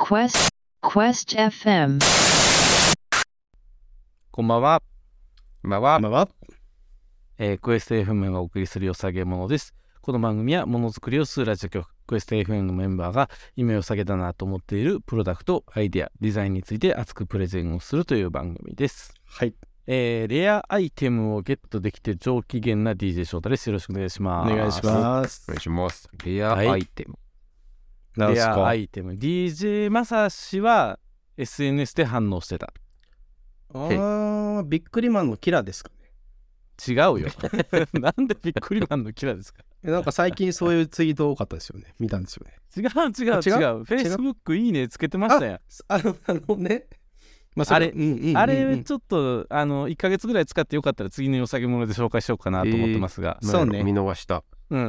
Quest FM。 こんばんは。 クエスト FM がお送りするよさげものです。この番組はものづくりをするラジオ局クエスト FM のメンバーが夢を下げたなと思っているプロダクト、アイデア、デザインについて熱くプレゼンをするという番組です。 はい。 レアアイテムをゲットできて上機嫌な DJ 翔太です。よろしくお願いします。 お願いします。 お願いします。レアアイテム。 レアアイテム。DJ まさしは SNS で反応してた。 ビックリマンのキラですかね。 違うよ。なんでビックリマンのキラですか。 なんか最近そういうツイート多かったですよね。見たんですよね。 違う。Facebook いいねつけてましたよ。 ね。 あれちょっと1ヶ月ぐらい使ってよかったら次のよさげもので紹介しようかなと思ってますが、 そうね。 見逃した。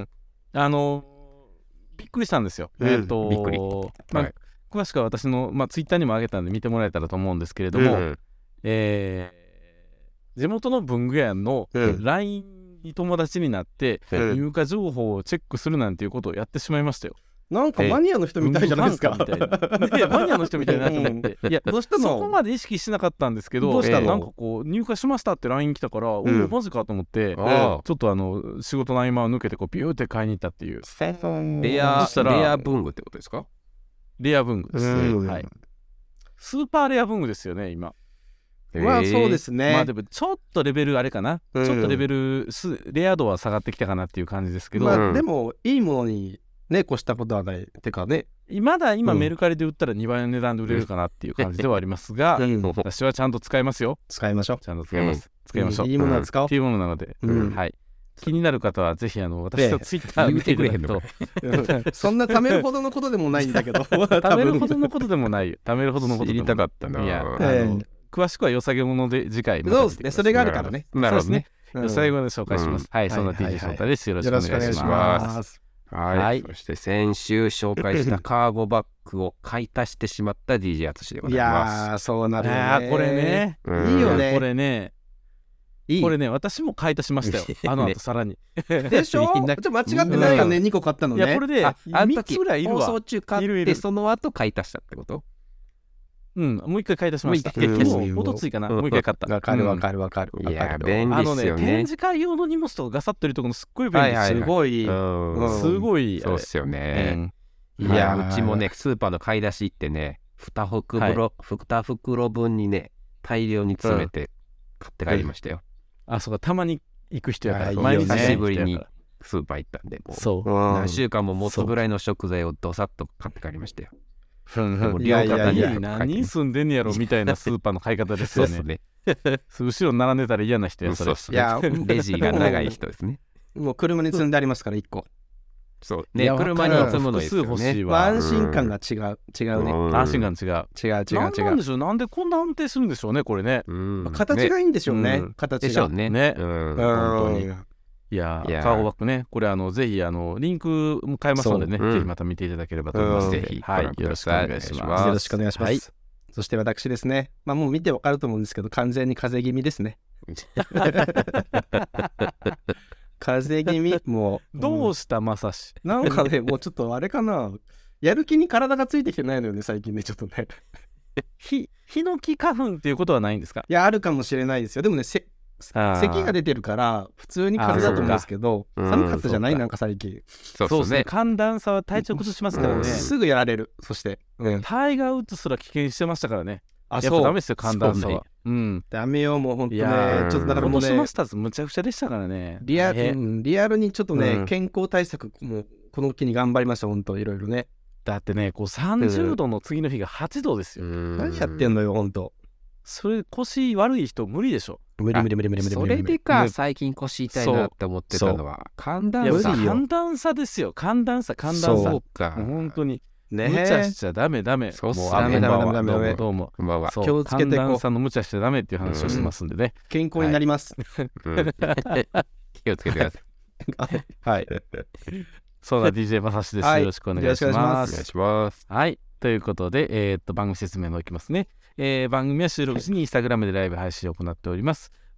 びっくりしたんですよ。 びっくり。 詳しくは私のツイッターにも上げたんで見てもらえたらと思うんですけれども、地元の文具屋の LINE に友達になって入荷情報をチェックするなんていうことをやってしまいましたよ。 なんかマニアの人みたいじゃないですか。 マニアの人みたいになって、いやどうしたの、そこまで意識してなかったんですけど、なんかこう入荷しましたって LINE 来たから、マジかと思って、ちょっと仕事の合間を抜けてこうビューって買いに行ったっていう。 レア文具ってことですか？ レア文具ですね。はい。スーパーレア文具ですよね今。 まあそうですね。 でもちょっとレベルあれかな、ちょっとレベルレア度は下がってきたかなっていう感じですけど、 でもいいものにね越したことはないてかね、 まだ今メルカリで売ったら2倍の値段で売れるかなっていう感じではありますが、私はちゃんと使いますよ。 使いましょう。 ちゃんと使います。使いましょう。 いいものは使おうっていうものなので、はい。気になる方はぜひ私のツイッター見てくれると、 そんな貯めるほどのことでもないんだけど、 貯めるほどのことでもないよ。貯めるほどのこと知りたかったな。 いや詳しくはよさげもので次回そうですね。それがあるからね。 なるほどね。よさげもので紹介します。はい、そんな DJ 翔太です。よろしくお願いします。 はい。そして先週紹介したカーゴバッグを買い足してしまった DJ 淳でございます。 いやー、そうなるよね。 これね、 いいよね。 これね、私も買い足しましたよ。後さらに。 でしょ？間違ってないよね。2個買ったのね。 いや、これで3つぐらいいるわ。 放送中買ってその後買い足したってこと？ もう一回買い足しました。おとついかな、もう一回買った。 わかる。 いや、便利ですよね。 展示会用の荷物とかガサッといるところすっごい便利。 すごい。 すごい。 そうっすよね。いや、うちもね、スーパーの買い出し行ってね、2袋分にね、大量に詰めて買って帰りましたよ。 そうか、たまに行く人やから、 久しぶりにスーパー行ったんで、何週間も持つぐらいの食材をどさっと買って帰りましたよ。 いや何人住んでんねやろみたいなスーパーの買い方ですよね。後ろ並んでたら嫌な人やそれ。 いやレジが長い人ですね。 もう車に積んでありますから1個。 そうね、車に積むのですよね。 安心感が違うね。 安心感違う。なんでしょう、なんでこんな安定するんでしょうねこれね。 形がいいんでしょうね。形が。 でしょうね。 本当に。いやカーゴバッグね、これぜひリンクも変えますのでね、ぜひまた見ていただければと思います。 ぜひ、 はい、よろしくお願いします。 よろしくお願いします。そして私ですね、もう見てわかると思うんですけど、完全に風邪気味ですね。風邪気味。もうどうしたまさし。 なんかね、もうちょっとあれかな、やる気に体がついてきてないのよね最近ね、ちょっとね。 ヒノキ花粉っていうことはないんですか？ いや、あるかもしれないですよ。でもね、咳が出てるから普通に風邪だと思うんですけど、寒かったじゃない？なんか最近。 そうですね。寒暖差は体調崩しますからね。 すぐやられる。そしてタイガー・ウッズすら危険してましたからね。やっぱダメですよ、寒暖差は。 ダメよ、もうほんとね。ちょっとだからもうね、今年マスターズむちゃくちゃでしたからね。 リアルにちょっとね、健康対策もうこの期に頑張りました。ほんといろいろね。 だってね、こう30度の次の日が8度ですよ。 何やってんのよほんと。 それ腰悪い人無理でしょ。 無理。 それでか、最近腰痛いなって思ってたのは寒暖差ですよ。寒暖差。 そうか。 本当に無茶しちゃダメ。 そうっす。 ダメ。 どうも気をつけて寒暖差の無茶しちゃダメっていう話をしてますんでね。 健康になります。 気をつけてください。 はい。 そうだ、DJ まさしです。よろしくお願いします。 お願いします。 はい。ということで、番組説明のいきますね。番組は収録時にインスタグラムでライブ配信を行っております。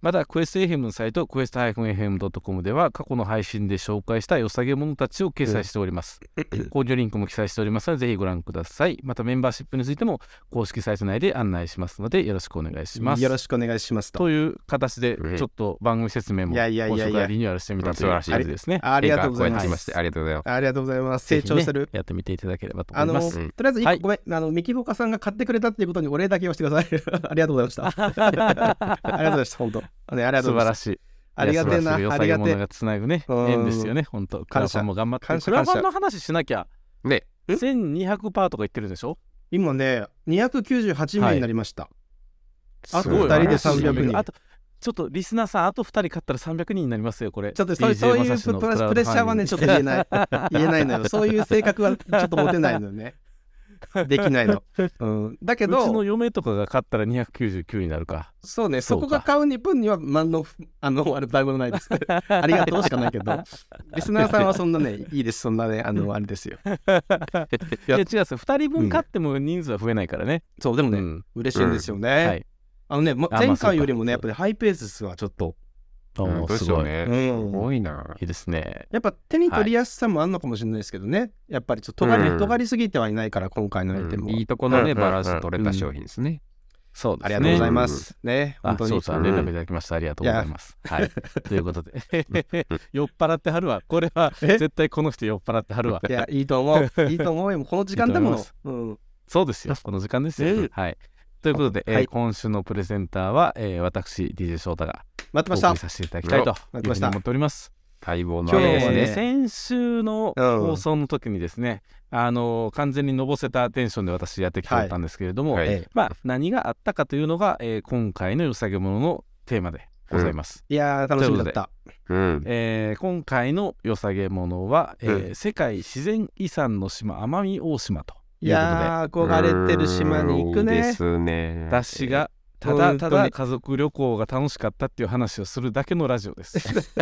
またクエスト FM のサイトクエスト -fm.com では過去の配信で紹介した良さげものたちを掲載しております。購入リンクも記載しておりますのでぜひご覧ください。またメンバーシップについても公式サイト内で案内しますのでよろしくお願いします。 よろしくお願いしますという形でちょっと番組説明も今週からリニューアルしてみたという感じですね。 ありがとうございます。 ありがとうございます。 ありがとうございます。成長してる、 やってみていただければと思います。 とりあえず1個ごめん、ミキボカさんが買ってくれたっていうことにお礼だけをしてください。ありがとうございました。ありがとうございました。本当。ありがとうございます。 素晴らしい。 ありがてえな。 ありがてえ。つなぐね。縁ですよね。本当。クラファンも頑張って。クラファンの話しなきゃ。 ね。 1200%とか言ってるでしょ。 今ね、298名になりました。あと 2 人で300人。 あとちょっとリスナーさんあと2人買ったら300人になりますよこれ。 ちょっとそういうプレッシャーはねちょっと言えないのよ。そういう性格はちょっと持てないのよね。できないの。だけどうちの嫁とかが買ったら299になるか。 そうね。そこが買う分には何のあれバイブルないです。ありがとうしかないけど、リスナーさんはそんなねいいです。そんなねあれですよ。 いや違うですよ。2人分買っても人数は増えないからね。 そうでもね嬉しいんですよね。前回よりもねやっぱりハイペースはちょっとすごいね。 すごいな。 いいですね。 やっぱ手に取りやすさもあるのかもしれないですけどね。やっぱりちょっと尖りすぎてはいないから今回のアイテムは。 いいとこのねバランス取れた商品ですね。 そうですね。 ありがとうございます。ね、 本当に。そう連絡いただきました。ありがとうございます。はい。ということで酔っ払ってはるわ。これは絶対この人酔っ払ってはるわ。 いやいいと思う。いいと思うよ。この時間だもの。 そうですよ。この時間ですよ。はい。ということで今週のプレゼンターは私 DJ 翔太が待ってました。 お送りさせていただきたいというふうに思っております。 待望の今日はね先週の放送の時にですね、完全にのぼせたテンションで私やってきておったんですけれども、何があったかというのが、今回のよさげもののテーマでございます。 いやー楽しみだった。 今回のよさげものは、世界自然遺産の島奄美大島ということで、いやー憧れてる島に行くね。 いいですね。 私がただ家族旅行が楽しかったっていう話をするだけのラジオです。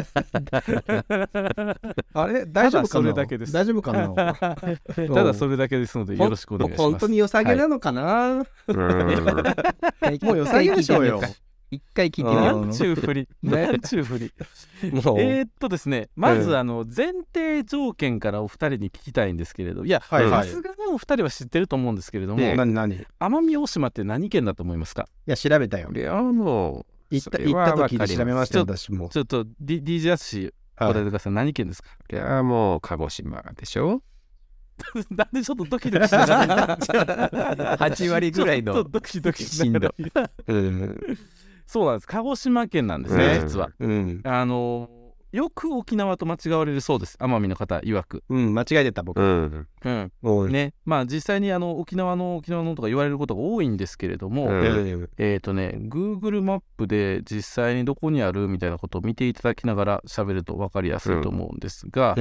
あれ大丈夫かな。 それだけです。 大丈夫かな。 ただそれだけですのでよろしくお願いします。 本当に良さげなのかな。もう良さげでしょうよ。 一回聞いてみよう。 なんちゅうふり。なんちゅうふり。ですね、まず前提条件からお二人に聞きたいんですけれど、いや、さすがにお二人は知ってると思うんですけれども、奄美大島って何県だと思いますか？ いや、調べたよ。 いや、もう、 行った時に調べました、私も。 ちょっと DJ 淳答えてください。何県ですか？ いや、もう、鹿児島でしょ。 なんでちょっとドキドキしながら 8割ぐらいのドキドキしながらそうなんです。鹿児島県なんですね、実は。よく沖縄と間違われるそうです。奄美の方曰く。 間違えてた僕。 ね、まあ実際に沖縄のとか言われることが多いんですけれども、Google マップで実際にどこにあるみたいなことを見ていただきながら喋ると分かりやすいと思うんですが、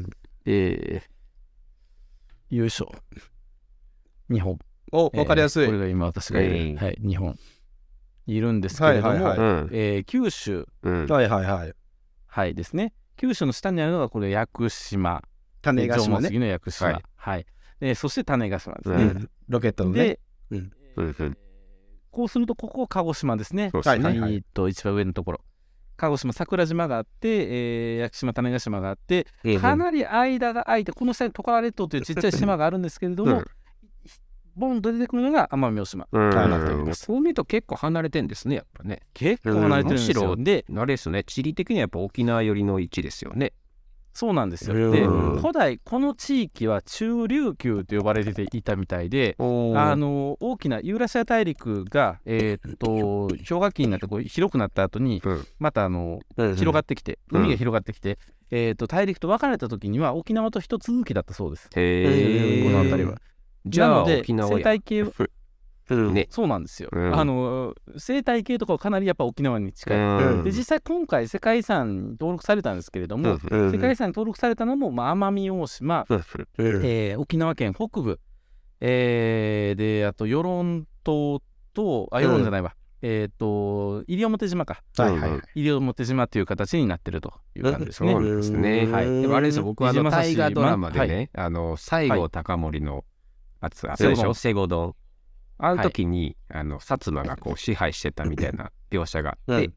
よいしょ。日本。 分かりやすい。 これが今私がいる、日本。いるんですけれども、九州はいですね。九州の下にあるのがこれ屋久島、 種子島ね。 次の屋久島、そして種子島ですね。 ロケットのね。 こうするとここ鹿児島ですね。一番上のところ。鹿児島桜島があって、屋久島種子島があって、かなり間が空いてこの下にトカラ列島というちっちゃい島があるんですけれども。ボンと出てくるのが奄美大島となっております。 そう見ると結構離れてんですね、やっぱね。 結構離れてるんですよ。 で、あれですね、地理的にはやっぱ沖縄寄りの位置ですよね。 そうなんですよ。で、古代この地域は中琉球と呼ばれていたみたいで、大きなユーラシア大陸が氷河期になってこう広くなった後に、また広がってきて、海が広がってきて、大陸と分かれた時には沖縄と一続きだったそうです。この辺りは。なので生態系はそうなんですよ。生態系とかはかなりやっぱ沖縄に近い。で実際今回世界遺産に登録されたんですけれども、世界遺産に登録されたのも奄美大島、沖縄県北部、であと与論島と与論じゃないわ、西表島か、西表島っていう形になってるという感じですね。 そうですね。でもあれですよ、僕は大河ドラマでね、西郷隆盛のあれでしょ、西郷どん。あの時に、薩摩がこう支配してたみたいな描写があって、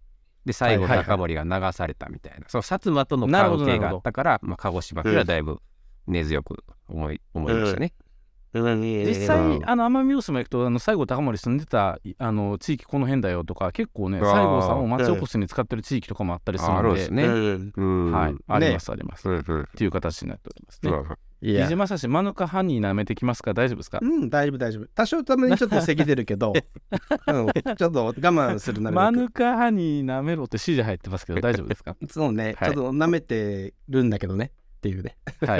で最後高森が流されたみたいな、その薩摩との関係があったから、まあ、鹿児島っていうのはだいぶ根強く思いましたね。 実際奄美大島行くと西郷隆盛住んでた地域この辺だよとか結構ね西郷さんを町おこしに使ってる地域とかもあったりするので、はい、ありますあります、っていう形になっておりますね。飯島写真マヌカハニー舐めてきますか？大丈夫ですか？ 大丈夫。多少たまにちょっと咳出るけど、ちょっと我慢するな。 マヌカハニー舐めろって指示入ってますけど大丈夫ですか？ そうね、ちょっと舐めてるんだけどねっていうね。はい。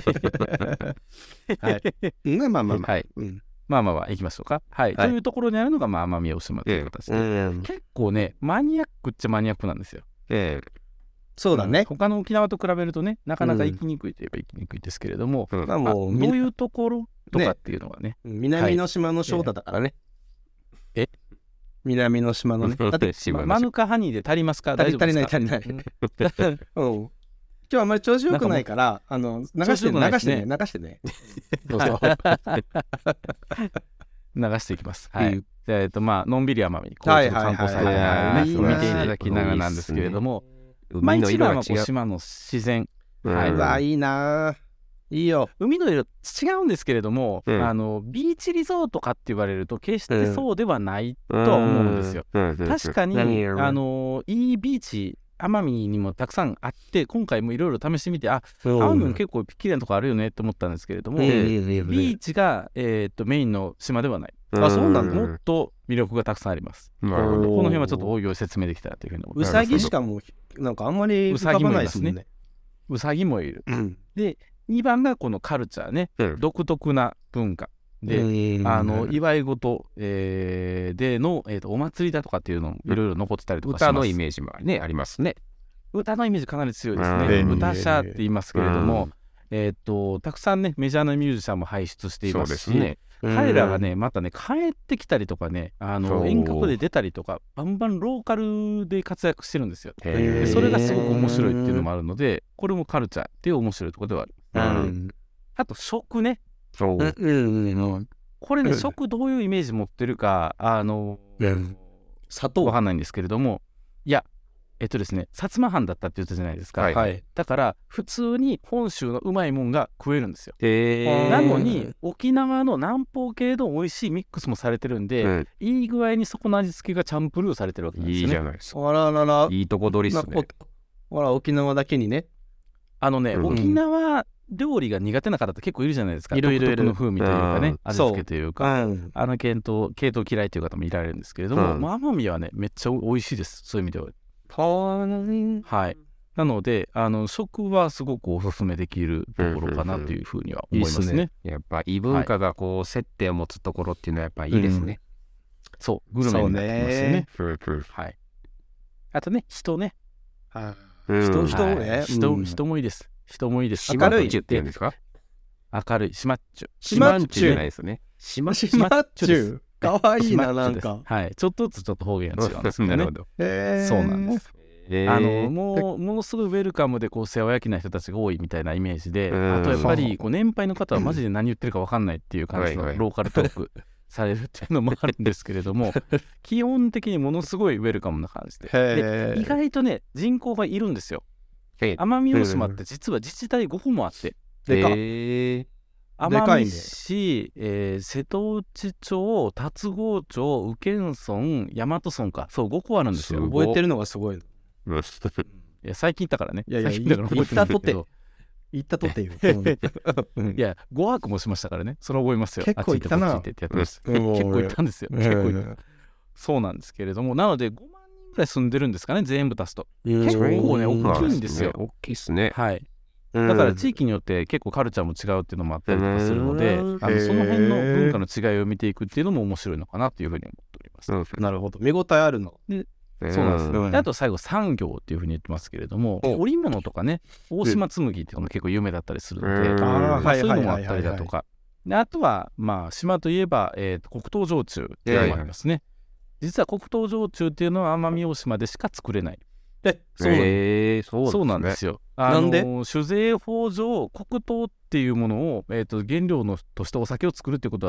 まあ行きましょうか。はい。というところにあるのが奄美大島という形で、結構ねマニアックっちゃマニアックなんですよ。 そうだね。 他の沖縄と比べるとねなかなか行きにくいといえば行きにくいですけれども、どういうところとかっていうのがね、 南の島の翔太だからね。南の島のね。だってマヌカハニーで足りますか？大丈夫ですか？ 足りない。今日あんまり調子よくないから流してね。 どうぞ。流していきます。はい。のんびり奄美観光サイト見ていただきながらなんですけれども、一番は島の自然。 いいな。いいよ。 海の色違うんですけれども、ビーチリゾートかって言われると決してそうではないとは思うんですよ。確かにいいビーチ奄美にもたくさんあって今回もいろいろ試してみて奄美も結構綺麗なとこあるよねって思ったんですけれども、ビーチが、メインの島ではない。そうなんだ。もっと魅力がたくさんあります。この辺はちょっと大行説明できたらというふうに思います。 うさぎしかもなんかあんまり浮かばないですね。 うさぎもいる。で2番がこのカルチャーね、独特な文化で祝い事、での、お祭りだとかっていうのもいろいろ残ってたりとかします。 歌のイメージもねありますね。 歌のイメージかなり強いですね。歌者って言いますけれども、たくさんねメジャーなミュージシャンも輩出していますし、彼らがねまたね帰ってきたりとかね遠隔で出たりとかバンバンローカルで活躍してるんですよ。でそれがすごく面白いっていうのもあるのでこれもカルチャーっていう面白いところではある。あと食ね。これね食どういうイメージ持ってるか砂糖わかんないんですけれども、いやですね薩摩藩だったって言ったじゃないですか。だから普通に本州のうまいもんが食えるんですよ。なのに沖縄の南方系の美味しいミックスもされてるんで、いい具合にそこの味付けがチャンプルーされてるわけなんですよね。 いいじゃないですか。 あららら、 いいとこ取りっすね。 沖縄だけにね沖縄料理が苦手な方って結構いるじゃないですか。独特の風味というかね、味付けというか、系統嫌いという方もいられるんですけれども、奄美はねめっちゃ美味しいです。そういう意味では。はい。なので食はすごくおすすめできるところかなというふうには思いますね。 やっぱ異文化がこう接点を持つところっていうのはやっぱいいですね。 そうグルメになってますよね。はい。あとね人ね。人もいいです。人もいいです。 明るいって言うんですか？ 明るい。しまっちゅ。 しまっちゅじゃないですね。 しまっちゅ。かわいいな、なんか。 はい。ちょっとずつちょっと方言が違うんですけどね。そうなんです。ものすごいウェルカムでこう世話焼きな人たちが多いみたいなイメージで、あとやっぱりこう年配の方はマジで何言ってるか分かんないっていう感じのローカルトークされるっていうのもあるんですけれども基本的にものすごいウェルカムな感じで、意外とね人口がいるんですよ。奄美大島って実は自治体5個もあって、奄美市、瀬戸内町、龍郷町、宇検村、大和村か、そう5個あるんですよ。 覚えてるのがすごい。いや最近行ったからね。 行ったとてよ。 いや5泊もしましたからね。それ覚えますよ。 結構行ったな。 結構行ったんですよ。そうなんですけれども、なので5万人ぐらい住んでるんですかね、全部足すと。結構ね大きいんですよ。 大きいですね。 はい。だから地域によって結構カルチャーも違うっていうのもあったりとかするので、その辺の文化の違いを見ていくっていうのも面白いのかなというふうに思っております。 なるほど。見応えあるの。 そうなんです。であと最後産業っていうふうに言ってますけれども、織物とかね、大島紬っていうのも結構有名だったりするので、そういうのもあったりだとか、あとはまあ島といえば黒糖焼酎っていうのもありますね。実は黒糖焼酎っていうのは奄美大島でしか作れない。そうなんですよ。 なんで酒税法上黒糖っていうものを、原料のとしてお酒を作るっていうことは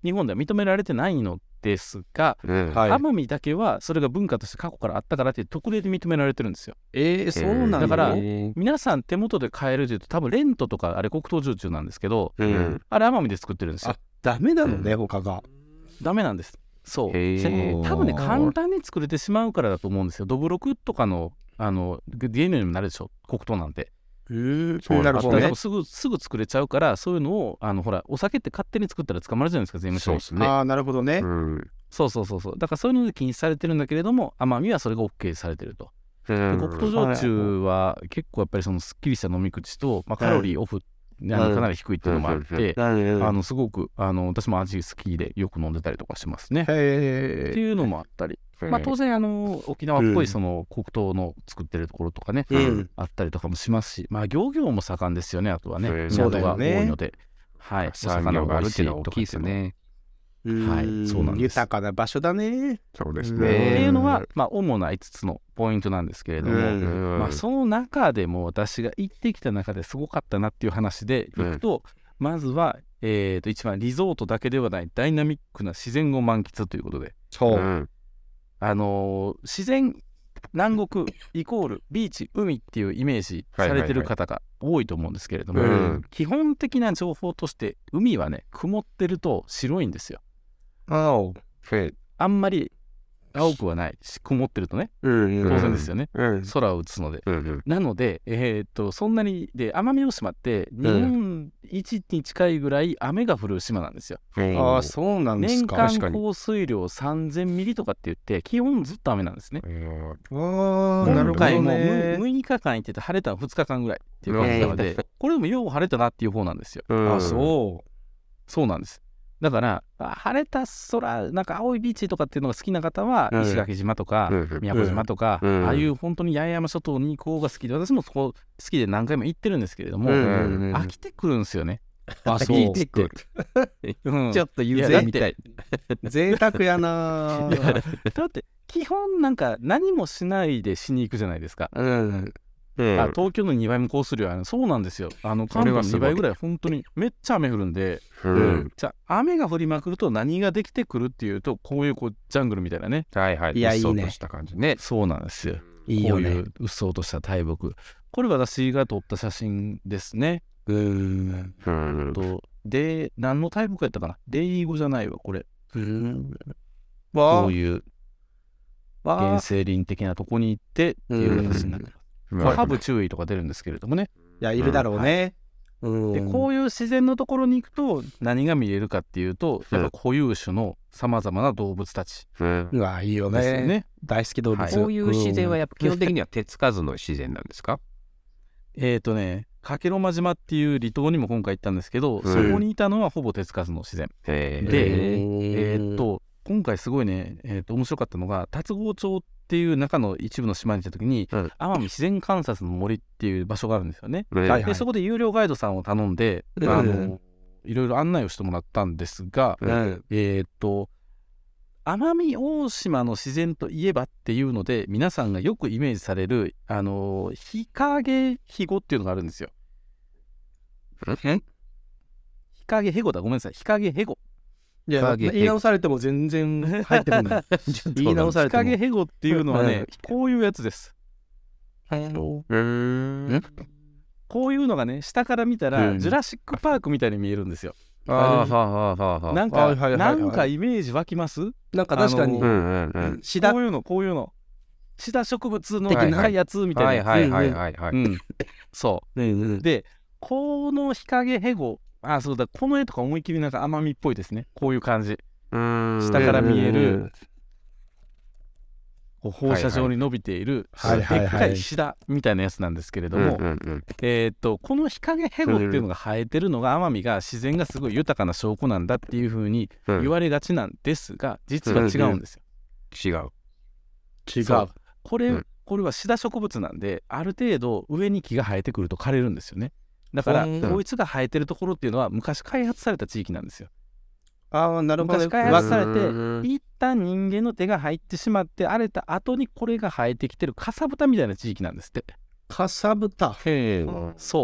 日本では認められてないのですが、奄美だけはそれが文化として過去からあったからって特例で認められてるんですよ。 そうなんだ。 だから皆さん手元で買えるというと多分レントとかあれ黒糖焼酎なんですけど、あれ奄美で作ってるんですよ。 ダメなのね、他が。 ダメなんです。そう。多分ね簡単に作れてしまうからだと思うんですよ。どぶろくとかの原料にもなるでしょ、黒糖なんて。 なるほどね。 すぐ作れちゃうから、そういうのをほらお酒って勝手に作ったら捕まるじゃないですか、税務署に。 そうですね。 なるほどね。 そうだからそういうので禁止されてるんだけれども、奄美はそれが OK されてると。で黒糖焼酎は結構やっぱりそのすっきりした飲み口と、カロリーオフかなり低いっていうのもあって、すごく私も味好きでよく飲んでたりとかしますね。っていうのもあったり、当然沖縄っぽいその黒糖の作ってるところとかね、あったりとかもしますし、漁業も盛んですよね。あとはね、宿が多いので、お魚があるっていうのは大きいですね。そうなんです。 豊かな場所だね。 そうですね。 っていうのは主な5つのポイントなんですけれども、その中でも私が行ってきた中ですごかったなっていう話でいくと、まずは一番リゾートだけではないダイナミックな自然を満喫ということで、自然南国イコールビーチ海っていうイメージされてる方が多いと思うんですけれども、基本的な情報として海はね曇ってると白いんですよ。あんまり青くはないし、曇ってるとね、当然ですよね、空を映すので、なので、そんなにで奄美大島って日本一に近いぐらい雨が降る島なんですよ。 そうなんですか。 年間降水量3000ミリとかって言って基本ずっと雨なんですね。 なるほ今回もどね。 6日間行ってて晴れたの2日間ぐらいっていう感じなので、これでもよう晴れたなっていう方なんですよ。そうなんです。だから晴れた空、なんか青いビーチとかっていうのが好きな方は、石垣島とか宮古島とか、ああいう本当に八重山諸島に行こうが好きで、私もそこ好きで何回も行ってるんですけれども、飽きてくるんですよね。 そうビーチってちょっと遊説みたい。 贅沢やな。 だって基本なんか何もしないでしに行くじゃないですか。東京の2倍も降水量ある。そうなんですよ。関東の2倍ぐらい本当にめっちゃ雨降るんで、じゃあ雨が降りまくると何ができてくるっていうと、こういうジャングルみたいなね、 いやいいね、 うっそうとした感じね。 そうなんですよ。 いいよね。 こういううっそうとした大木、これ私が撮った写真ですね。で何の大木やったかな、レイゴじゃないわこれ。こういう原生林的なとこに行ってっていう形になってます。ハブ注意とか出るんですけれどもね。 いやいるだろうね。 でこういう自然のところに行くと何が見えるかっていうと、やっぱ固有種のさまざまな動物たち。 いいよね。大好き動物。 こういう自然はやっぱ基本的には手つかずの自然なんですか？ 加計呂麻島っていう離島にも今回行ったんですけど、そこにいたのはほぼ手つかずの自然で、今回すごいね、面白かったのが龍郷町っていう中の一部の島に行った時に、奄美自然観察の森っていう場所があるんですよね。でそこで有料ガイドさんを頼んで、いろいろ案内をしてもらったんですが、奄美大島の自然といえばっていうので皆さんがよくイメージされる日陰肥後っていうのがあるんですよ。日陰ヘゴだ、ごめんなさい、日陰ヘゴ。 いや、言い直されても全然入ってこない。言い直されても。 日陰ヘゴっていうのはね、こういうやつです。こういうのがね、下から見たら、ジュラシックパークみたいに見えるんですよ。なんかイメージ湧きます？ なんか確かに、 シダ、こういうのシダ植物のでかいやつみたいなやつ。そうで、この日陰ヘゴ、そうだ、この絵とか思いっきりなんか奄美っぽいですね。こういう感じ、下から見える放射状に伸びているでっかいシダみたいなやつなんですけれども、この日陰ヘゴっていうのが生えてるのが奄美が自然がすごい豊かな証拠なんだっていう風に言われがちなんですが、実は違うんですよ。違う。これはシダ植物なんで、ある程度上に木が生えてくると枯れるんですよね。だからこいつが生えてるところっていうのは昔開発された地域なんですよ。 なるほど。 昔開発されて一旦人間の手が入ってしまって荒れた後にこれが生えてきてるかさぶたみたいな地域なんですって。 かさぶた。 そう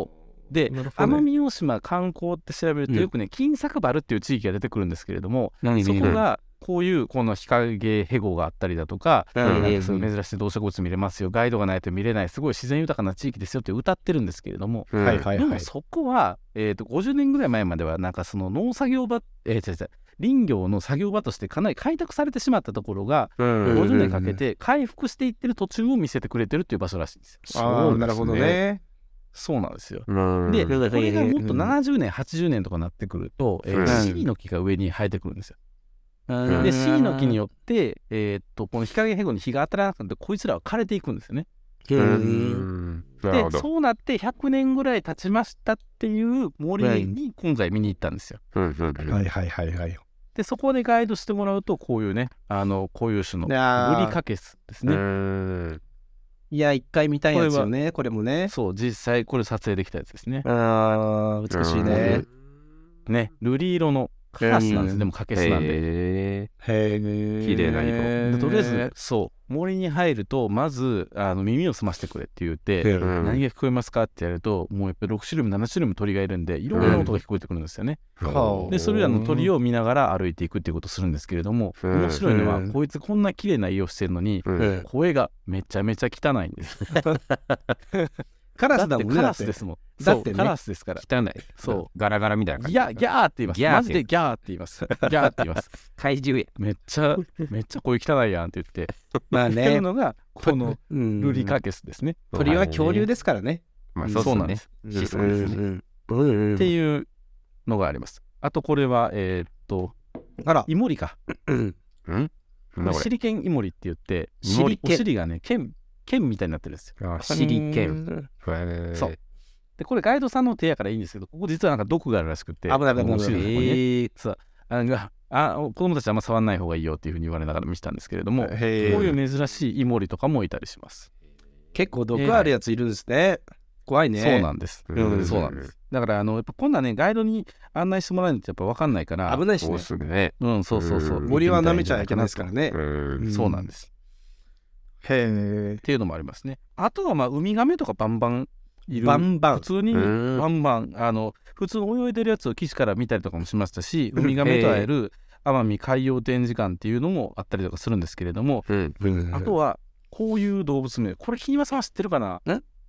で、 なるほどね奄美大島観光って調べるとよくね、金作原っていう地域が出てくるんですけれども、 何そこがこういうこの日陰ヘゴがあったりだとか、なんかそういう珍しい動植物見れますよ、ガイドがないと見れないすごい自然豊かな地域ですよって歌ってるんですけれども、 はいはいはい。 でもそこは、50年ぐらい前まではなんかその農作業場、林業の作業場としてかなり開拓されてしまったところが、50年かけて回復していってる途中を見せてくれてるっていう場所らしいんですよ。 ああ、なるほどね。 そうなんですよ。 うんで、これがもっと70年、80年とかなってくると、シリの木が上に生えてくるんですよ。で、シリの木によって、この日陰ヘゴに日が当たらなくて、こいつらは枯れていくんですよね。で、そうなって100年ぐらい経ちましたっていう森に今回見に行ったんですよ。 はいはいはいはい。 で、そこでガイドしてもらうと、こういうね、固有種のルリカケスですね。 いや、一回見たいやつよね、これもね。 そう、実際これ撮影できたやつですね。 ああ、美しいね。 ね、瑠璃色のカラスなんです。でもカケスなんで。 へえ。 綺麗な色。 とりあえずね、そう森に入るとまず耳を澄ましてくれって言って、何が聞こえますかってやると、もうやっぱり6種類も7種類も鳥がいるんで、いろんな音が聞こえてくるんですよね。でそれらの鳥を見ながら歩いていくっていうことをするんですけれども、面白いのはこいつこんな綺麗な色してるのに、声がめちゃめちゃ汚いんです。 カラスだもんね。 カラスですもん。 だってね、 カラスですから。 汚い。 そう。 ガラガラみたいな感じ。 ギャーって言います。マジでギャーって言います。ギャーって言います。 怪獣や。 めっちゃ声汚いやんって言って。 まあね。 っていうのがこのルリカケスですね。 鳥は恐竜ですからね。 まあそうなんです。子孫ですね。 っていうのがあります。あとこれはイモリか。シリケンイモリって言って、お尻がね剣みたいになってるんですよ。 シリケン。 そう。でこれガイドさんの手やからいいんですけど、ここ実はなんか毒があるらしくて、 危ない危ない危ない。 そう子供たちあんま触んない方がいいよっていうふうに言われながら見せたんですけれども、こういう珍しいイモリとかもいたりします。 結構毒あるやついるんですね。怖いね。 そうなんです。そうなんです。だからやっぱこんなねガイドに案内してもらえるのってやっぱ分かんないから、 危ないしね。 そう。 森は舐めちゃいけないですからね。 そうなんです。 へえ。 っていうのもありますね。あとはまあウミガメとかバンバンいる。普通にバンバン普通の泳いでるやつを岸から見たりとかもしましたし、ウミガメと会える奄美海洋展示館っていうのもあったりとかするんですけれども、あとはこういう動物名、これ日庭さん知ってるかな？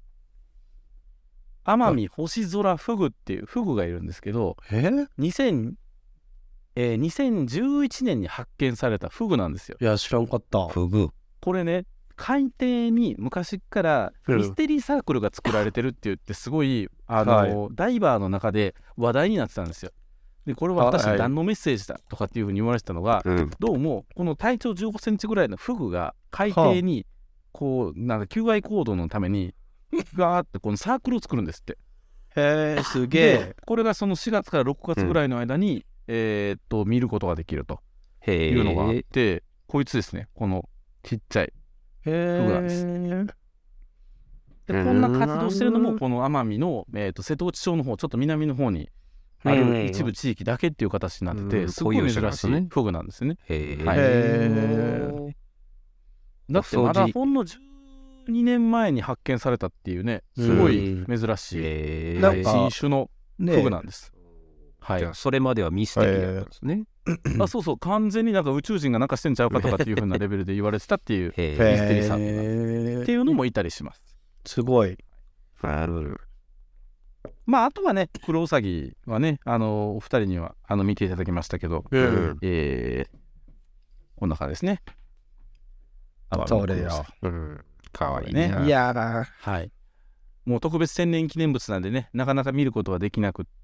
奄美星空フグっていうフグがいるんですけど、2011年に発見されたフグなんですよ。 いや知らんかった。 フグ。 これね、海底に昔からミステリーサークルが作られてるって言って、すごいダイバーの中で話題になってたんですよ。でこれは私何のメッセージだとかっていうふうに言われてたのが、どうもこの体長15センチぐらいのフグが海底にこうなんか求愛行動のためにガーってこのサークルを作るんですって。 へえ、すげえ。 これがその4月から6月ぐらいの間に、見ることができるというのがあって、こいつですね、このちっちゃいフグなんです。でこんな活動してるのもこの奄美の、瀬戸内町の方、ちょっと南の方にある一部地域だけっていう形になってて、すごい珍しいフグなんですね。だってまだほんの12年前に発見されたっていうね、すごい珍しい新種のフグなんです。 じゃあそれまではミステリーだったんですね。 そうそう、完全になんか宇宙人がなんかしてんちゃうかとかっていう風なレベルで言われてたっていうミステリーさんっていうのもいたりします。 すごい。 まああとはね、クロウサギはね、お二人には見ていただきましたけど、こんな感じですね。 それよ。 かわいいね。 いやだ。 はい。もう特別天然記念物なんでね、なかなか見ることはできなくって、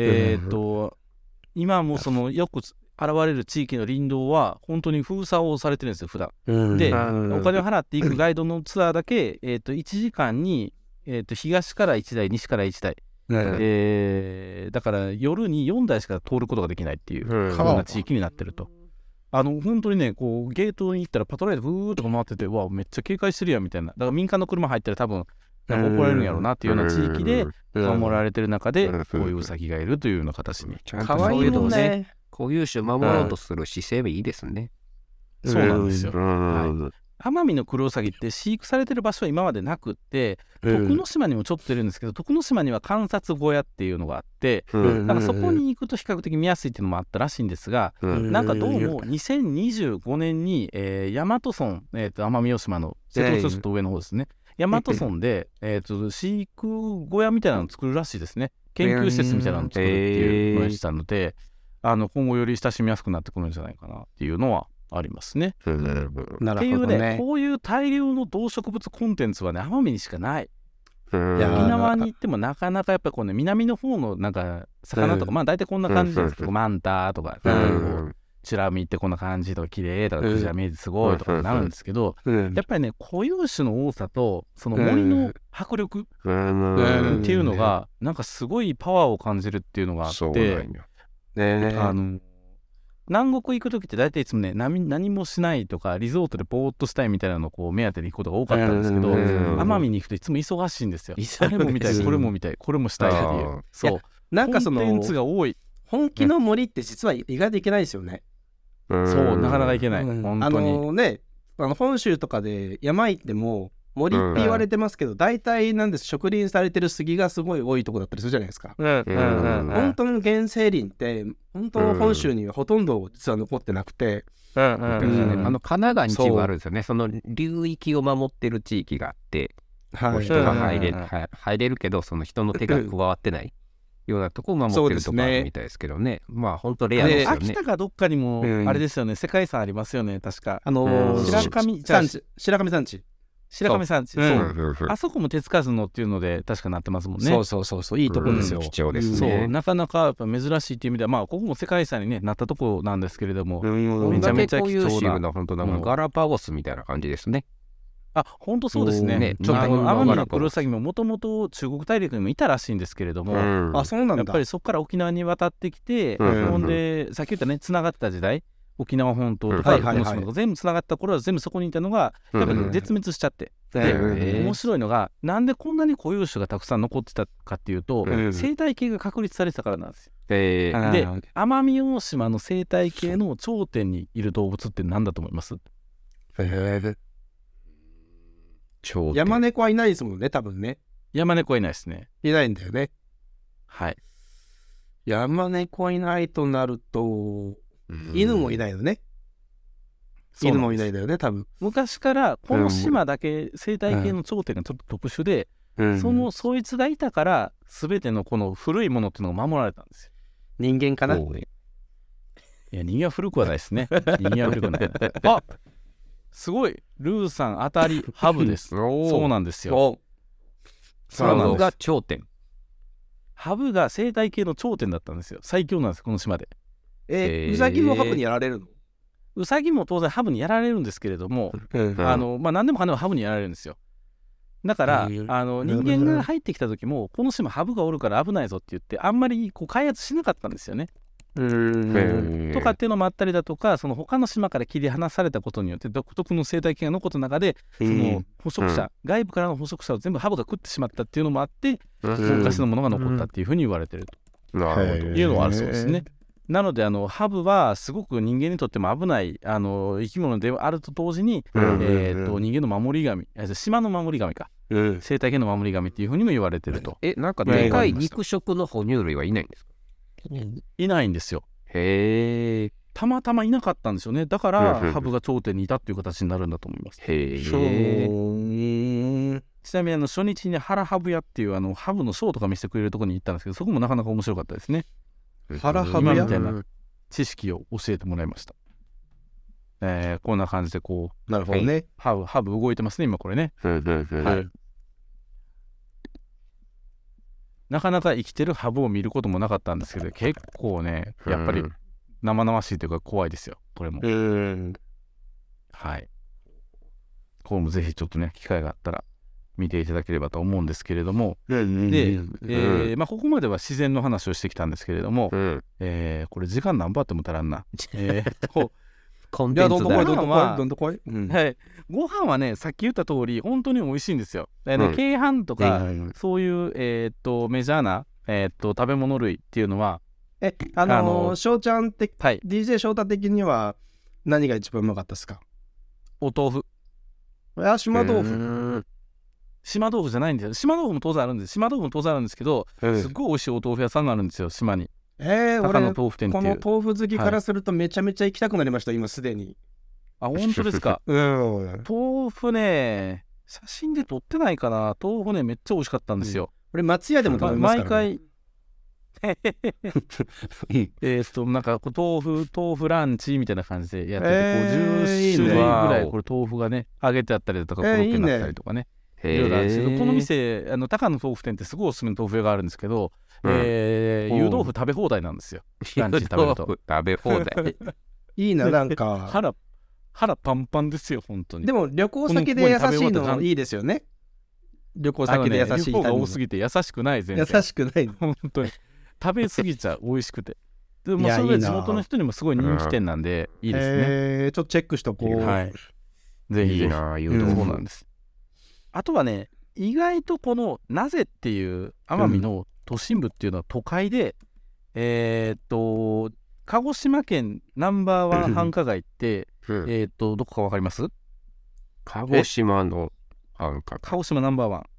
今もそのよく現れる地域の林道は本当に封鎖をされてるんですよ、普段。で、お金を払っていくガイドのツアーだけ、1時間に、東から1台、西から1台。だから夜に4台しか通ることができないっていうような地域になってると。本当にね、こうゲートに行ったらパトライドブーっとか回ってて、わめっちゃ警戒してるやんみたいな。だから民間の車入ったら多分なんか怒られるんやろうなっていうような地域で守られてる中で、こういうウサギがいるというような形に。 かわいいもんね。 こういう種守ろうとする姿勢はいいですね。 そうなんですよ。 奄美のクロウサギって飼育されてる場所は今までなくって、徳之島にもちょっといるんですけど、徳之島には観察小屋っていうのがあって、だからそこに行くと比較的見やすいっていうのもあったらしいんですが、なんかどうも2025年に、大和村、奄美大島の瀬戸内のちょっと上の方ですね、大和村で、飼育小屋みたいなのを作るらしいですね。研究施設みたいなのを作るっていうのをしたので、今後より親しみやすくなってくるんじゃないかなっていうのはありますね。 なるほどね。 っていうね、こういう大量の動植物コンテンツはね、奄美にしかない。沖縄に行ってもなかなかやっぱこうね、南の方のなんか魚とか、まあ大体こんな感じですけど、マンタとか、チラミってこんな感じとか綺麗とか、クジラ見えてすごいとかなるんですけど、やっぱりね、固有種の多さとその森の迫力っていうのがなんかすごいパワーを感じるっていうのがあって、南国行く時って大体いつもね、何もしないとかリゾートでぼーっとしたいみたいなのをこう目当てに行くことが多かったんですけど、奄美に行くといつも忙しいんですよ。あれも見たい、これも見たい、これもしたいっていう。そう、 なんかそのコンテンツが多い。 本気の森って実は意外といけないですよね。 そう、なかなかいけない。本当に。 本州とかで山行っても森って言われてますけど、大体なんです、植林されてる杉がすごい多いとこだったりするじゃないですか。本当の原生林って本当本州にはほとんど実は残ってなくて、 神奈川に一部あるんですよね。その流域を守ってる地域があって、人が入れるけど、その人の手が加わってないようなとこを守ってるとかあるみたいですけどね。まあ本当レアですよね。 秋田かどっかにもあれですよね、世界遺産ありますよね、確か。 白神山地。 白神山地、あそこも手つかずのっていうので確かなってますもんね。 そういいとこですよ。 貴重ですね。 そう、なかなかやっぱ珍しいっていう意味では、まあここも世界遺産に、ね、なったとこなんですけれども、 めちゃめちゃ貴重な、本当なんかガラパゴスみたいな感じですね。 本当そうですね。奄美のクロウサギももともと中国大陸にもいたらしいんですけれども、 そうなんだ。 やっぱりそこから沖縄に渡ってきて、ほんでさっき言ったね、つながった時代、沖縄本島とか徳之島とか全部つながった頃は全部そこにいたのがやっぱり絶滅しちゃって、で面白いのがなんでこんなに固有種がたくさん残ってたかっていうと、生態系が確立されてたからなんですよ。で、奄美大島の生態系の頂点にいる動物って何だと思います？ 山猫はいないですもんね、多分ね。 山猫はいないですね。 いないんだよね。 はい。 山猫いないとなると、犬もいないよね。犬もいないだよね、多分。 昔からこの島だけ生態系の頂点がちょっと特殊で、そいつがいたから全てのこの古いものっていうのが守られたんですよ。 人間かな？いや、人間は古くはないですね。人間は古くはない。あ、すごい、ルーさん当たり、ハブです。そうなんですよ。 ハブが頂点。 ハブが生態系の頂点だったんですよ。最強なんです、この島で。 ウサギもハブにやられるの？ ウサギも当然ハブにやられるんですけれども、何でもかんでもハブにやられるんですよ。だから人間が入ってきた時もこの島ハブがおるから危ないぞって言ってあんまりこう開発しなかったんですよね。とかっていうのもあったりだとか、その他の島から切り離されたことによって独特の生態系が残った中で、その捕食者、外部からの捕食者を全部ハブが食ってしまったっていうのもあって、昔のものが残ったっていうふうに言われてるというのはあるそうですね。なのでハブはすごく人間にとっても危ない生き物であると同時に、人間の守り神、島の守り神か、生態系の守り神っていうふうにも言われてると。 なんかでかい肉食の哺乳類はいないんですか？ いないんですよ。 へえ。 たまたまいなかったんですよね。だからハブが頂点にいたっていう形になるんだと思います。 へえ。ちなみに初日にハラハブ屋っていうハブのショーとか見せてくれるところに行ったんですけど、そこもなかなか面白かったですね。 ハラハブ屋みたいな知識を教えてもらいました。こんな感じでこう、 なるほどね。 ハブ動いてますね今これね。はい。なかなか生きてるハブを見ることもなかったんですけど、結構ねやっぱり生々しいというか怖いですよこれも。はい。これもぜひちょっとね機会があったら見ていただければと思うんですけれども、で、ここまでは自然の話をしてきたんですけれども、これ時間何分あっても足らんな。 コンテンツだ。 どんどこい。 ご飯はねさっき言った通り本当に美味しいんですよ。京阪とかそういうメジャーな食べ物類っていうのは翔ちゃん的、DJ 翔太的には何が一番うまかったですか？ お豆腐。 島豆腐。 島豆腐じゃないんですよ。島豆腐も当然あるんです。島豆腐も当然あるんですけど、すっごい美味しいお豆腐屋さんがあるんですよ、島に。高野豆腐店っていう。 この豆腐好きからするとめちゃめちゃ行きたくなりました、今すでに。 あ、本当ですか。豆腐ね、写真で撮ってないかな。豆腐ね、めっちゃ美味しかったんですよ。 これ松屋でも食べますからね。 毎回なんか豆腐ランチみたいな感じでやってて、10種類ぐらいこれ豆腐がね揚げてあったりとかコロッケになったりとかね、いろいろあるんですけど、この店高野豆腐店ってすごいおすすめの豆腐屋があるんですけど、湯豆腐食べ放題なんですよ。ランチ食べると食べ放題いいな、なんか腹パンパンですよ本当に。 でも旅行先で優しいのいいですよね。旅行先で優しい量が多すぎて優しくない。全然優しくない本当に食べ過ぎちゃう美味しくて。でもそれ地元の人にもすごい人気店なんでいいですね。 ちょっとチェックしとこう。 はい。ぜひ。そうなんです。あとはね、意外とこのなぜっていう奄美の都心部っていうのは都会で、鹿児島県ナンバーワン繁華街って、どこかわかります？ 鹿児島の繁華街。 鹿児島ナンバーワン。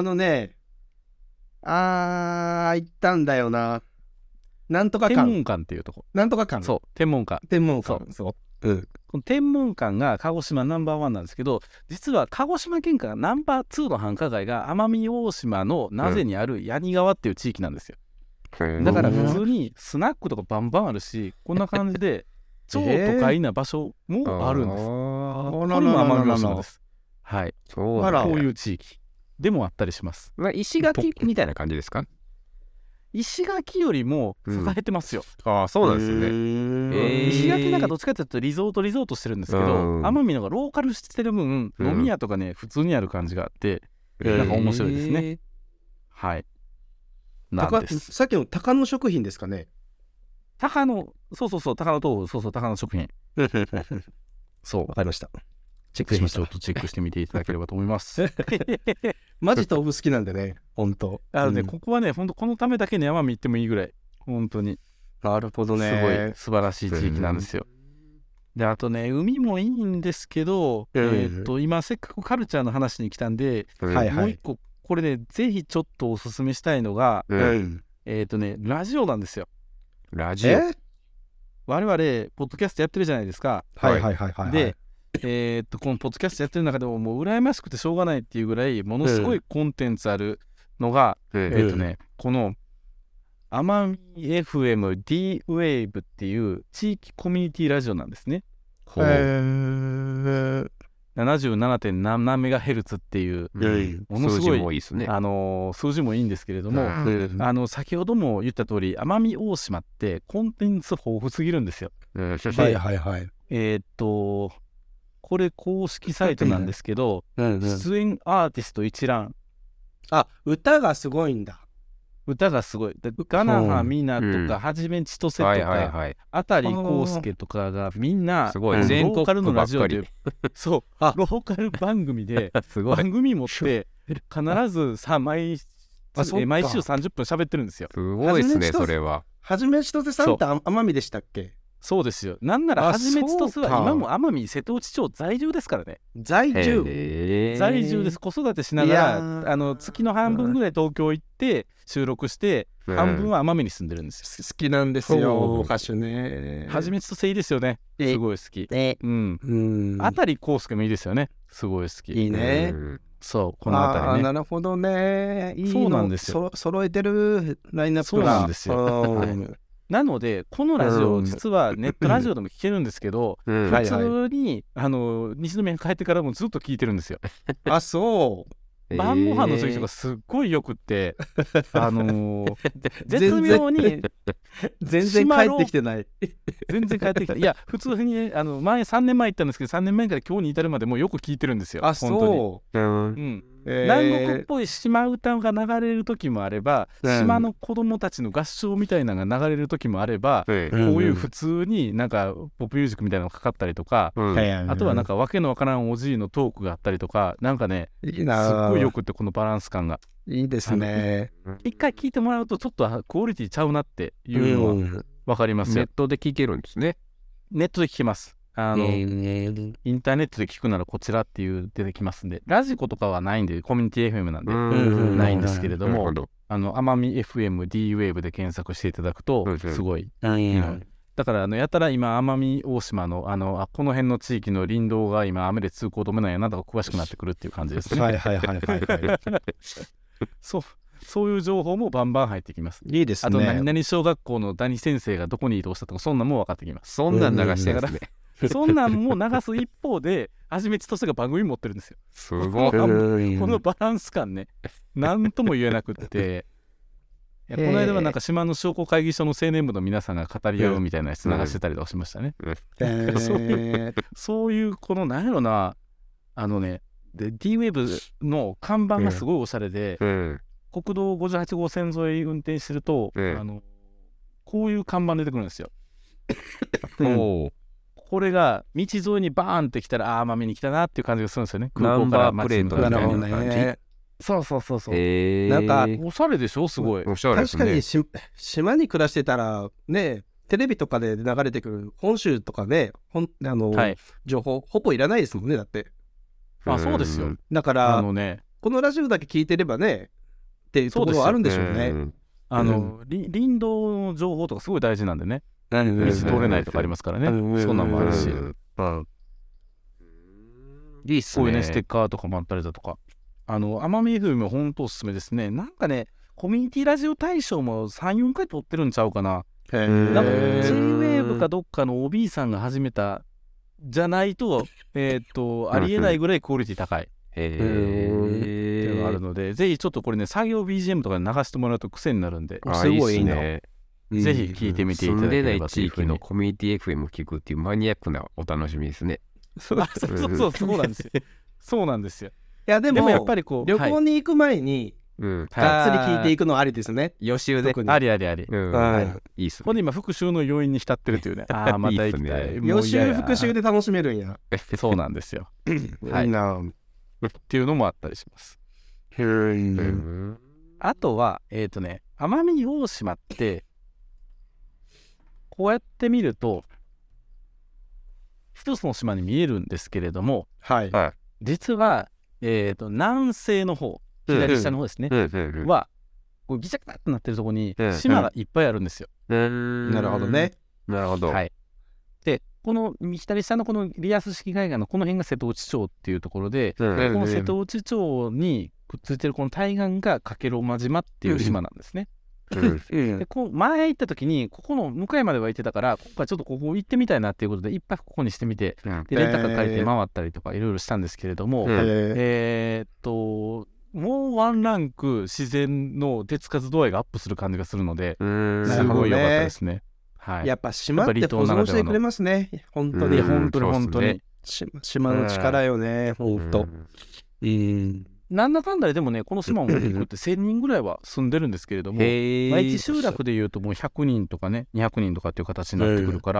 行ったんだよな。なんとか館。 天文館っていうとこ。 なんとか館。 そう、天文館。 そう。 この天文館が鹿児島ナンバーワンなんですけど、実は鹿児島県下ナンバー2の繁華街が奄美大島の名瀬にある八木川っていう地域なんですよ。だから普通にスナックとかバンバンあるし、こんな感じで超都会な場所もあるんです。これも奄美大島です。はい。こういう地域でもあったりします。 石垣みたいな感じですか？ 石垣よりも栄えてますよ。 ああ、そうなんですね。 石垣なんかどっちかというとリゾートしてるんですけど、奄美のがローカルしてる分、飲み屋とかね普通にある感じがあって、なんか面白いですね。はい。なんです。 さっきの高野食品ですかね。 高野豆腐、高野食品。そう。 わかりました。 チェックしました。ちょっとチェックしてみていただければと思います。 マジ豆腐好きなんでね、本当。 ここはね、本当このためだけに奄美行ってもいいぐらい、本当に。 なるほどね。 すごい素晴らしい地域なんですよ。で、あとね、海もいいんですけど、今せっかくカルチャーの話に来たんで、もう一個、これね、ぜひちょっとおすすめしたいのが、ラジオなんですよ。 ラジオ？ 我々、ポッドキャストやってるじゃないですか。で、このポッドキャストやってる中でももう羨ましくてしょうがないっていうぐらいものすごいコンテンツあるのが、この奄美 FM D Wave っていう地域コミュニティラジオなんですね。77. 何メガヘルツっていう、ものすごい数字もいいですね。 数字もいいんですけれども、先ほども言った通り奄美大島ってコンテンツ豊富すぎるんですよ。これ公式サイトなんですけど、出演アーティスト一覧。 歌がすごいんだ。 歌がすごい。ガナハミナとかはじめちとせとかあたりこうすけとかがみんなすごい全国ローカルのラジオでそうローカル番組で番組持って必ず毎週30分喋ってるんですよ。 すごいですねそれは。 はじめちとせさんって奄美でしたっけ？ そうですよ。なんならはじめちとせは今も奄美瀬戸内町在住ですからね。 在住です。子育てしながら月の半分ぐらい東京行って収録して半分は奄美に住んでるんですよ。 好きなんですよ歌手ね。 はじめちとせいいですよね。すごい好き。あたりこうすけもいいですよね。すごい好き。 いいね。 そうこのあたりね。 なるほどね。 そうなんですよ。 揃えてるラインナップが。 そうなんですよ。なのでこのラジオ実はネットラジオでも聞けるんですけど、普通に西宮に帰ってからもずっと聞いてるんですよ。 そう。 晩ご飯の時とかすっごいよくって絶妙に全然帰ってきてない。 全然帰ってきてない。いや普通にね3年前行ったんですけど3年前から今日に至るまでもうよく聞いてるんですよ。 そう。 南国っぽい島歌が流れる時もあれば、島の子供たちの合唱みたいなのが流れる時もあれば、こういう普通になんかポップミュージックみたいなのがかかったりとか、あとはなんかわけのわからんおじいのトークがあったりとか、なんかねすっごいよくってこのバランス感がいいですね。 一回聞いてもらうとちょっとクオリティちゃうなっていうのはわかりますよ。 ネットで聞けるんですね。 ネットで聞けます。 インターネットで聞くならこちらっていう出てきますんで、ラジコとかはないんで、コミュニティ FM なんでないんですけれども、奄美 FM D-Wave で検索していただくとすごい、だからやたら今奄美大島のこの辺の地域の林道が今雨で通行止めなんやなとか詳しくなってくるっていう感じですね。 はいはいはいはいはいそういう情報もバンバン入ってきます。 いいですね。 あと何々小学校のダニ先生がどこに移動したとか、そんなんも分かってきます。 そんなん流してるんですね。 そんなんも流す一方ではじめちとしが番組持ってるんですよ。 すごい。 このバランス感ね、何とも言えなくってこの間はなんか島の商工会議所の青年部の皆さんが語り合うみたいなやつ流してたりとかしましたね。そういうこの何やろな、で D-Wave の看板がすごいおしゃれで、国道58号線沿い運転してると、こういう看板出てくるんですよ。これが道沿いにバーンって来たら奄美に来たなっていう感じがするんですよね。空港から街に向かってみたいな感じ。そうなんかおしゃれでしょ、すごい。 確かに島に暮らしてたらね、テレビとかで流れてくる本州とかね、情報ほぼいらないですもんね、だって。 そうですよ。 だからこのラジオだけ聞いてればねっていうところはあるんでしょうね。 林道の情報とかすごい大事なんでね。道通れないとかありますからね。そんなんもあるし。いいっすね。こういうねステッカーとかもあったりだとか。奄美 FM も本当おすすめですね。なんかね、コミュニティラジオ大賞も 3,4 回取ってるんちゃうかな。なんか J-Wave かどっかの OB さんが始めたじゃないとありえないぐらいクオリティ高い。っていうのがあるので、ぜひちょっとこれね、作業 BGM とかで流してもらうと癖になるんで、 すごいいいね。 ぜひ聞いてみていただければというふうに。 住んでない地域のコミュニティ FM 聞くっていうマニアックなお楽しみですね。 そうなんですよ。そうなんですよ。 いやでもやっぱりこう旅行に行く前にがっつり聞いていくのありですね。 予習でありありあり。 いいっすね。 これ今復習の要因に浸ってるというね。また行きたい。 予習復習で楽しめるんや。 そうなんですよ。はい。っていうのもあったりします。あとは奄美大島ってこうやって見ると一つの島に見えるんですけれども、実は南西の方、左下の方ですね、はこうギチャギチャってなってるところに島がいっぱいあるんですよ。 なるほどね。 なるほど。 はい。でこの左下のこのリアス式海岸のこの辺が瀬戸内町っていうところで、この瀬戸内町にくっついてるこの対岸が加計呂麻島っていう島なんですね。で前行った時にここの向かいまでは行ってたから、今回ちょっとここ行ってみたいなっていうことで一泊ここにしてみて、でレンタカー借りて回ったりとかいろいろしたんですけれども、もうワンランク自然の手つかず度合いがアップする感じがするので、すごい良かったですね。 やっぱ島って保存してくれますね。本当に本当に島の力よね。本当。 なんだかんだででもね、この島を持っていくって1000人ぐらいは住んでるんですけれども、毎日集落でいうともう100人とかね200人とかっていう形になってくるから、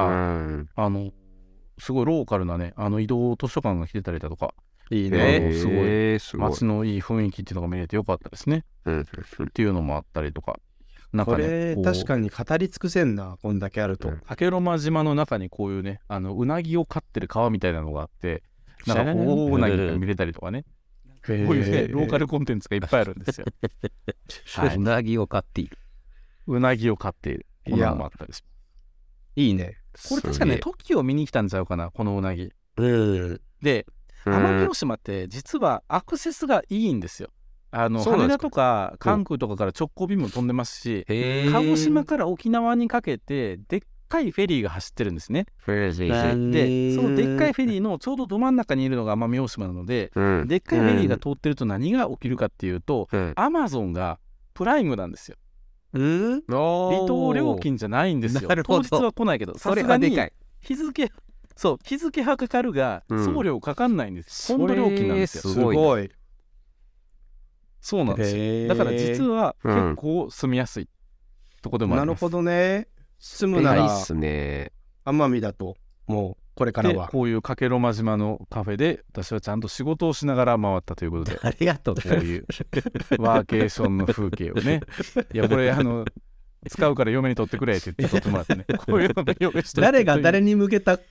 すごいローカルなね移動図書館が来てたりだとか、いいね、すごい街のいい雰囲気っていうのが見れてよかったですね。っていうのもあったりとか。なんかね、 これ確かに語り尽くせんな、こんだけあると。 加計呂麻島の中にこういうねうなぎを飼ってる川みたいなのがあって、なんか大うなぎが見れたりとかね、こういうねローカルコンテンツがいっぱいあるんですよ。 うなぎを飼っている。 うなぎを飼っている。こんなのもあったりします。 いいね。 これ確かね、トキを見に来たんちゃうかな、このうなぎ。で、奄美大島って実はアクセスがいいんですよ。羽田とか関空とかから直行便も飛んでますし、鹿児島から沖縄にかけてでっかいフェリーが走ってるんですね。で、そのでっかいフェリーのちょうどど真ん中にいるのが奄美大島なので、でっかいフェリーが通ってると何が起きるかっていうと、アマゾンがプライムなんですよ。離島料金じゃないんですよ。当日は来ないけど、さすがに日付はかかるが送料かかんないんです。本土料金なんですよ。 すごい。 そうなんですよ。だから実は結構住みやすいとこでもあります。 なるほどね。住むなら奄美だともうこれからはこういう加計呂麻島のカフェで私はちゃんと仕事をしながら回ったということで、 ありがとう。こういうワーケーションの風景をね、いやこれ使うから嫁に取ってくれって言って取ってもらってね、こういうので嫁して誰が誰に向けた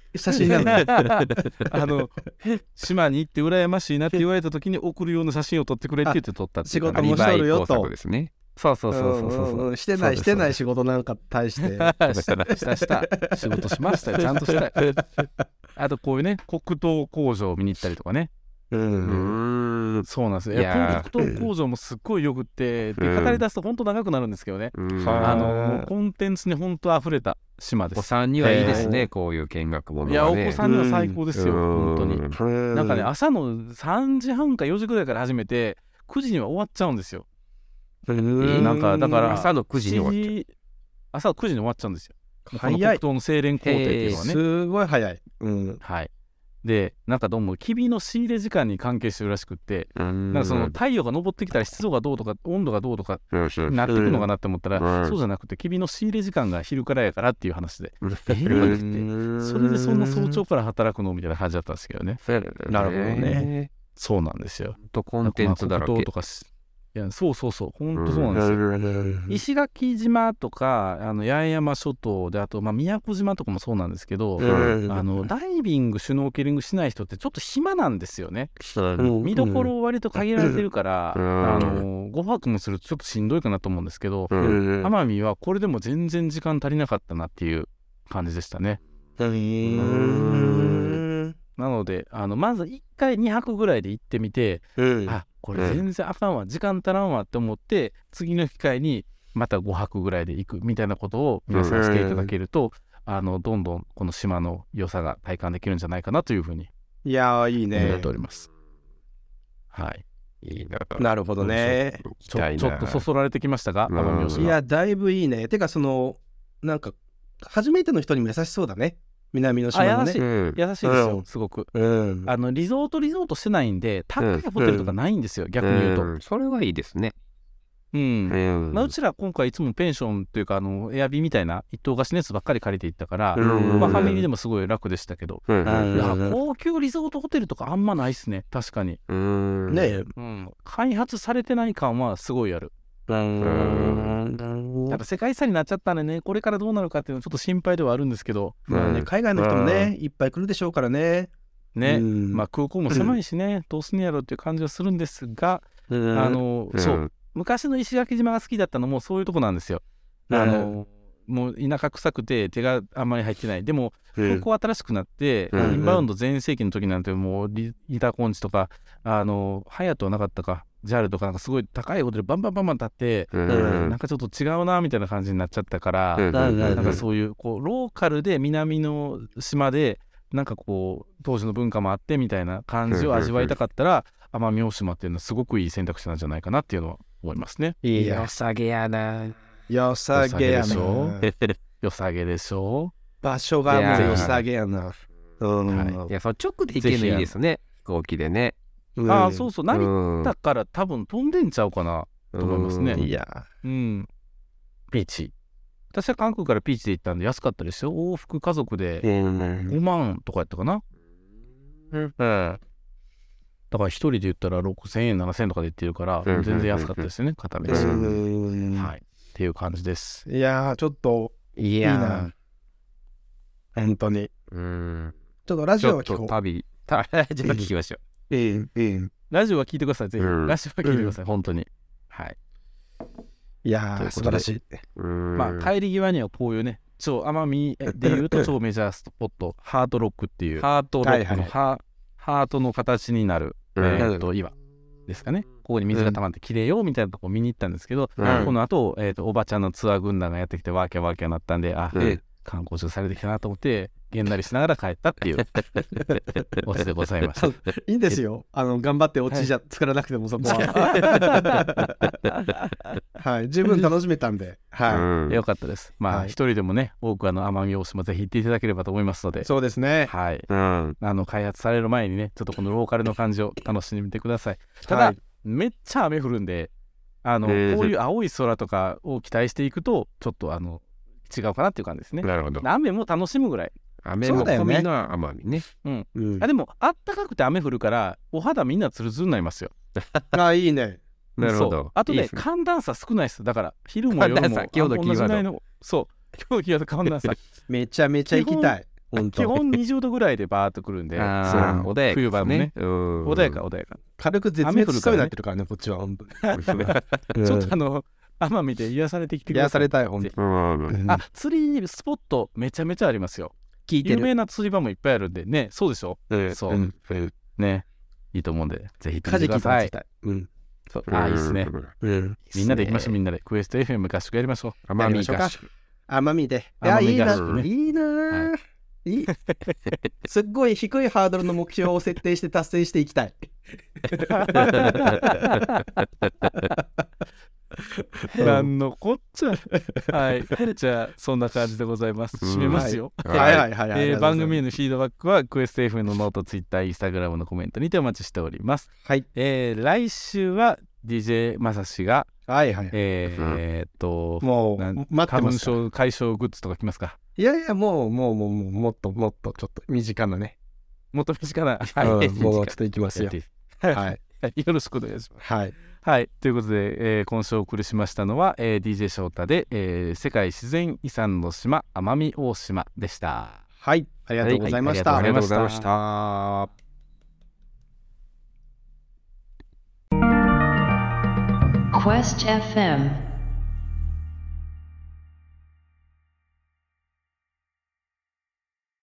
写真なの島に行って羨ましいなって言われた時に送るような写真を撮ってくれって言って撮ったっていう仕事もしとるよとですね。 そう、 してない仕事なんか対してした仕事しましたよ、ちゃんとしたい。あとこういうね黒糖工場を見に行ったりとかね。そうなんですよ。黒糖工場もすっごいよくってで語り出すと本当長くなるんですけどね。コンテンツに本当溢れた島です。 お子さんにはいいですね、こういう見学ものはね。 いやお子さんには最高ですよ、本当に。なんかね朝の3時半か4時ぐらいから始めて9時には終わっちゃうんですよ。なんかだから朝の9時に終わっちゃう。 朝9時に終わっちゃうんですよ。 早い。 黒糖の精錬工程っていうのはね、 すごい早い。 はい。でなんかどうもきびの仕入れ時間に関係してるらしくって、なんかその太陽が昇ってきたら湿度がどうとか温度がどうとかなってくるのかなって思ったら、そうじゃなくてきびの仕入れ時間が昼からやからっていう話で、それでそんな早朝から働くのみたいな感じだったんですけどね。 なるほどね。 そうなんですよ。 コンテンツだらけとかいやそう本当そうなんですよ。石垣島とか八重山諸島で、あと宮古島とかもそうなんですけど、ダイビングシュノーケリングしない人ってちょっと暇なんですよね。見どころ割と限られてるから、5泊もするとちょっとしんどいかなと思うんですけど、奄美はこれでも全然時間足りなかったなっていう感じでしたね。なのでまず1回2泊ぐらいで行ってみて、これ全然あかんわ、時間足らんわって思って次の機会にまた5泊ぐらいで行くみたいなことを皆さんしていただけると、どんどんこの島の良さが体感できるんじゃないかなというふうにいやいいね思っております。はい、 いいなるほどね。 ちょっとそそられてきましたが、奄美大島。 いやだいぶいいね。てかなんか初めての人にも優しそうだね、南の島のね。 優しいですよ、すごく。リゾートしてないんで高いホテルとかないんですよ、逆に言うと。 それはいいですね。 うちら今回いつもペンションというかエアビーみたいな一棟貸しのやつばっかり借りていったから、ファミリーでもすごい楽でしたけど、高級リゾートホテルとかあんまないっすね、確かに。開発されてない感はすごいある。やっぱ世界遺産になっちゃったんでね、これからどうなるかっていうのはちょっと心配ではあるんですけど、 海外の人もねいっぱい来るでしょうからね。 空港も狭いしね、どうすんやろうっていう感じはするんですが、そう昔の石垣島が好きだったのもそういうとこなんですよ。もう田舎臭くて手があんまり入ってない。でも空港新しくなって、インバウンド全盛期の時なんてもうリタコンチとかハヤトはなかったか、JAL とかなんかすごい高いホテルバンバン立って、なんかちょっと違うなみたいな感じになっちゃったから、なんかそういうローカルで南の島でなんか当時の文化もあってみたいな感じを味わいたかったら、奄美大島っていうのはすごくいい選択肢なんじゃないかなっていうのは思いますね。 いや、良さげやな。 良さげやな。 良さげでしょ。 場所がもう良さげやな。 いや、直で行けるのいいですね、飛行機でね。 そうそう、成田から多分飛んでんちゃうかなと思いますね。 いや、 ピーチ。私は韓国からピーチで行ったんで安かったですよ。往復家族で5万とかやったかな。だから一人で言ったら6000円7000円とかで行ってるから全然安かったですよね、片道。はい、っていう感じです。 いやーちょっといいな本当に。ちょっとラジオは聞こう。 ラジオは聞きましょう。 ラジオは聞いてください、ぜひ。ラジオは聞いてください、本当に。はい。 いやー素晴らしい。 帰り際にはこういうね、奄美でいうと超メジャースポットハートロックっていうハートロックのハートの形になる岩ですかね。ここに水が溜まってきれいよみたいなとこ見に行ったんですけど、この後おばちゃんのツアー軍団がやってきてワーキャワーキャなったんで、観光地されてきたなと思ってげんなりしながら帰ったっていうオチでございました。 いいんですよ、頑張ってオチじゃ作らなくてもそこははい、十分楽しめたんで、 よかったです。一人でもね多く奄美大島ぜひ行っていただければと思いますので。 そうですね、 はい、開発される前にねちょっとこのローカルの感じを楽しんでみてください。ただ、めっちゃ雨降るんでこういう青い空とかを期待していくとちょっと違うかなっていう感じですね。 なるほど。 雨も楽しむぐらい。 雨も込みの奄美ね。 でもあったかくて雨降るからお肌みんなツルツルになりますよ。 いいね。 なるほど。 あとね、寒暖差少ないです。だから昼も夜も今日のキーワード。 そう、今日のキーワード寒暖差。 めちゃめちゃ行きたい。 基本20度ぐらいでバーっとくるんで、 穏やか冬場もね、穏やか。 軽く絶滅しそうになってるからね、こっちは本当に。 ちょっと奄美で癒されてきてください。 癒されたい、本当に。 釣りスポットめちゃめちゃありますよ。有名な釣り場もいっぱいあるんでね、そうでしょ。そう。ね、いいと思うんで、ぜひ行ってください。いいですね。みんなで行きましょう、みんなで。クエスト FM 合宿やりましょう。 奄美合宿。奄美で。いや、いいな。いいな。いい。すっごい低いハードルの目標を設定して達成していきたい。 なんのこっちゃ。はい。じゃあ、そんな感じでございます。締めますよ。番組へのフィードバックは、クエスト FM のノート、ツイッター、インスタグラムのコメントにてお待ちしております。 はい。 来週は DJ まさしが、 もう待ってます。 花粉症解消グッズとか来ますか？ いやいや、もっとちょっと身近なね。 もっと身近な。 もうちょっといきますよ。 はい。よろしくお願いします。 はい。 はい。ということで、今週お送りしましたのは、DJ 翔太で、世界自然遺産の島、奄美大島でした。 はい。ありがとうございました。 ありがとうございました。 Quest FM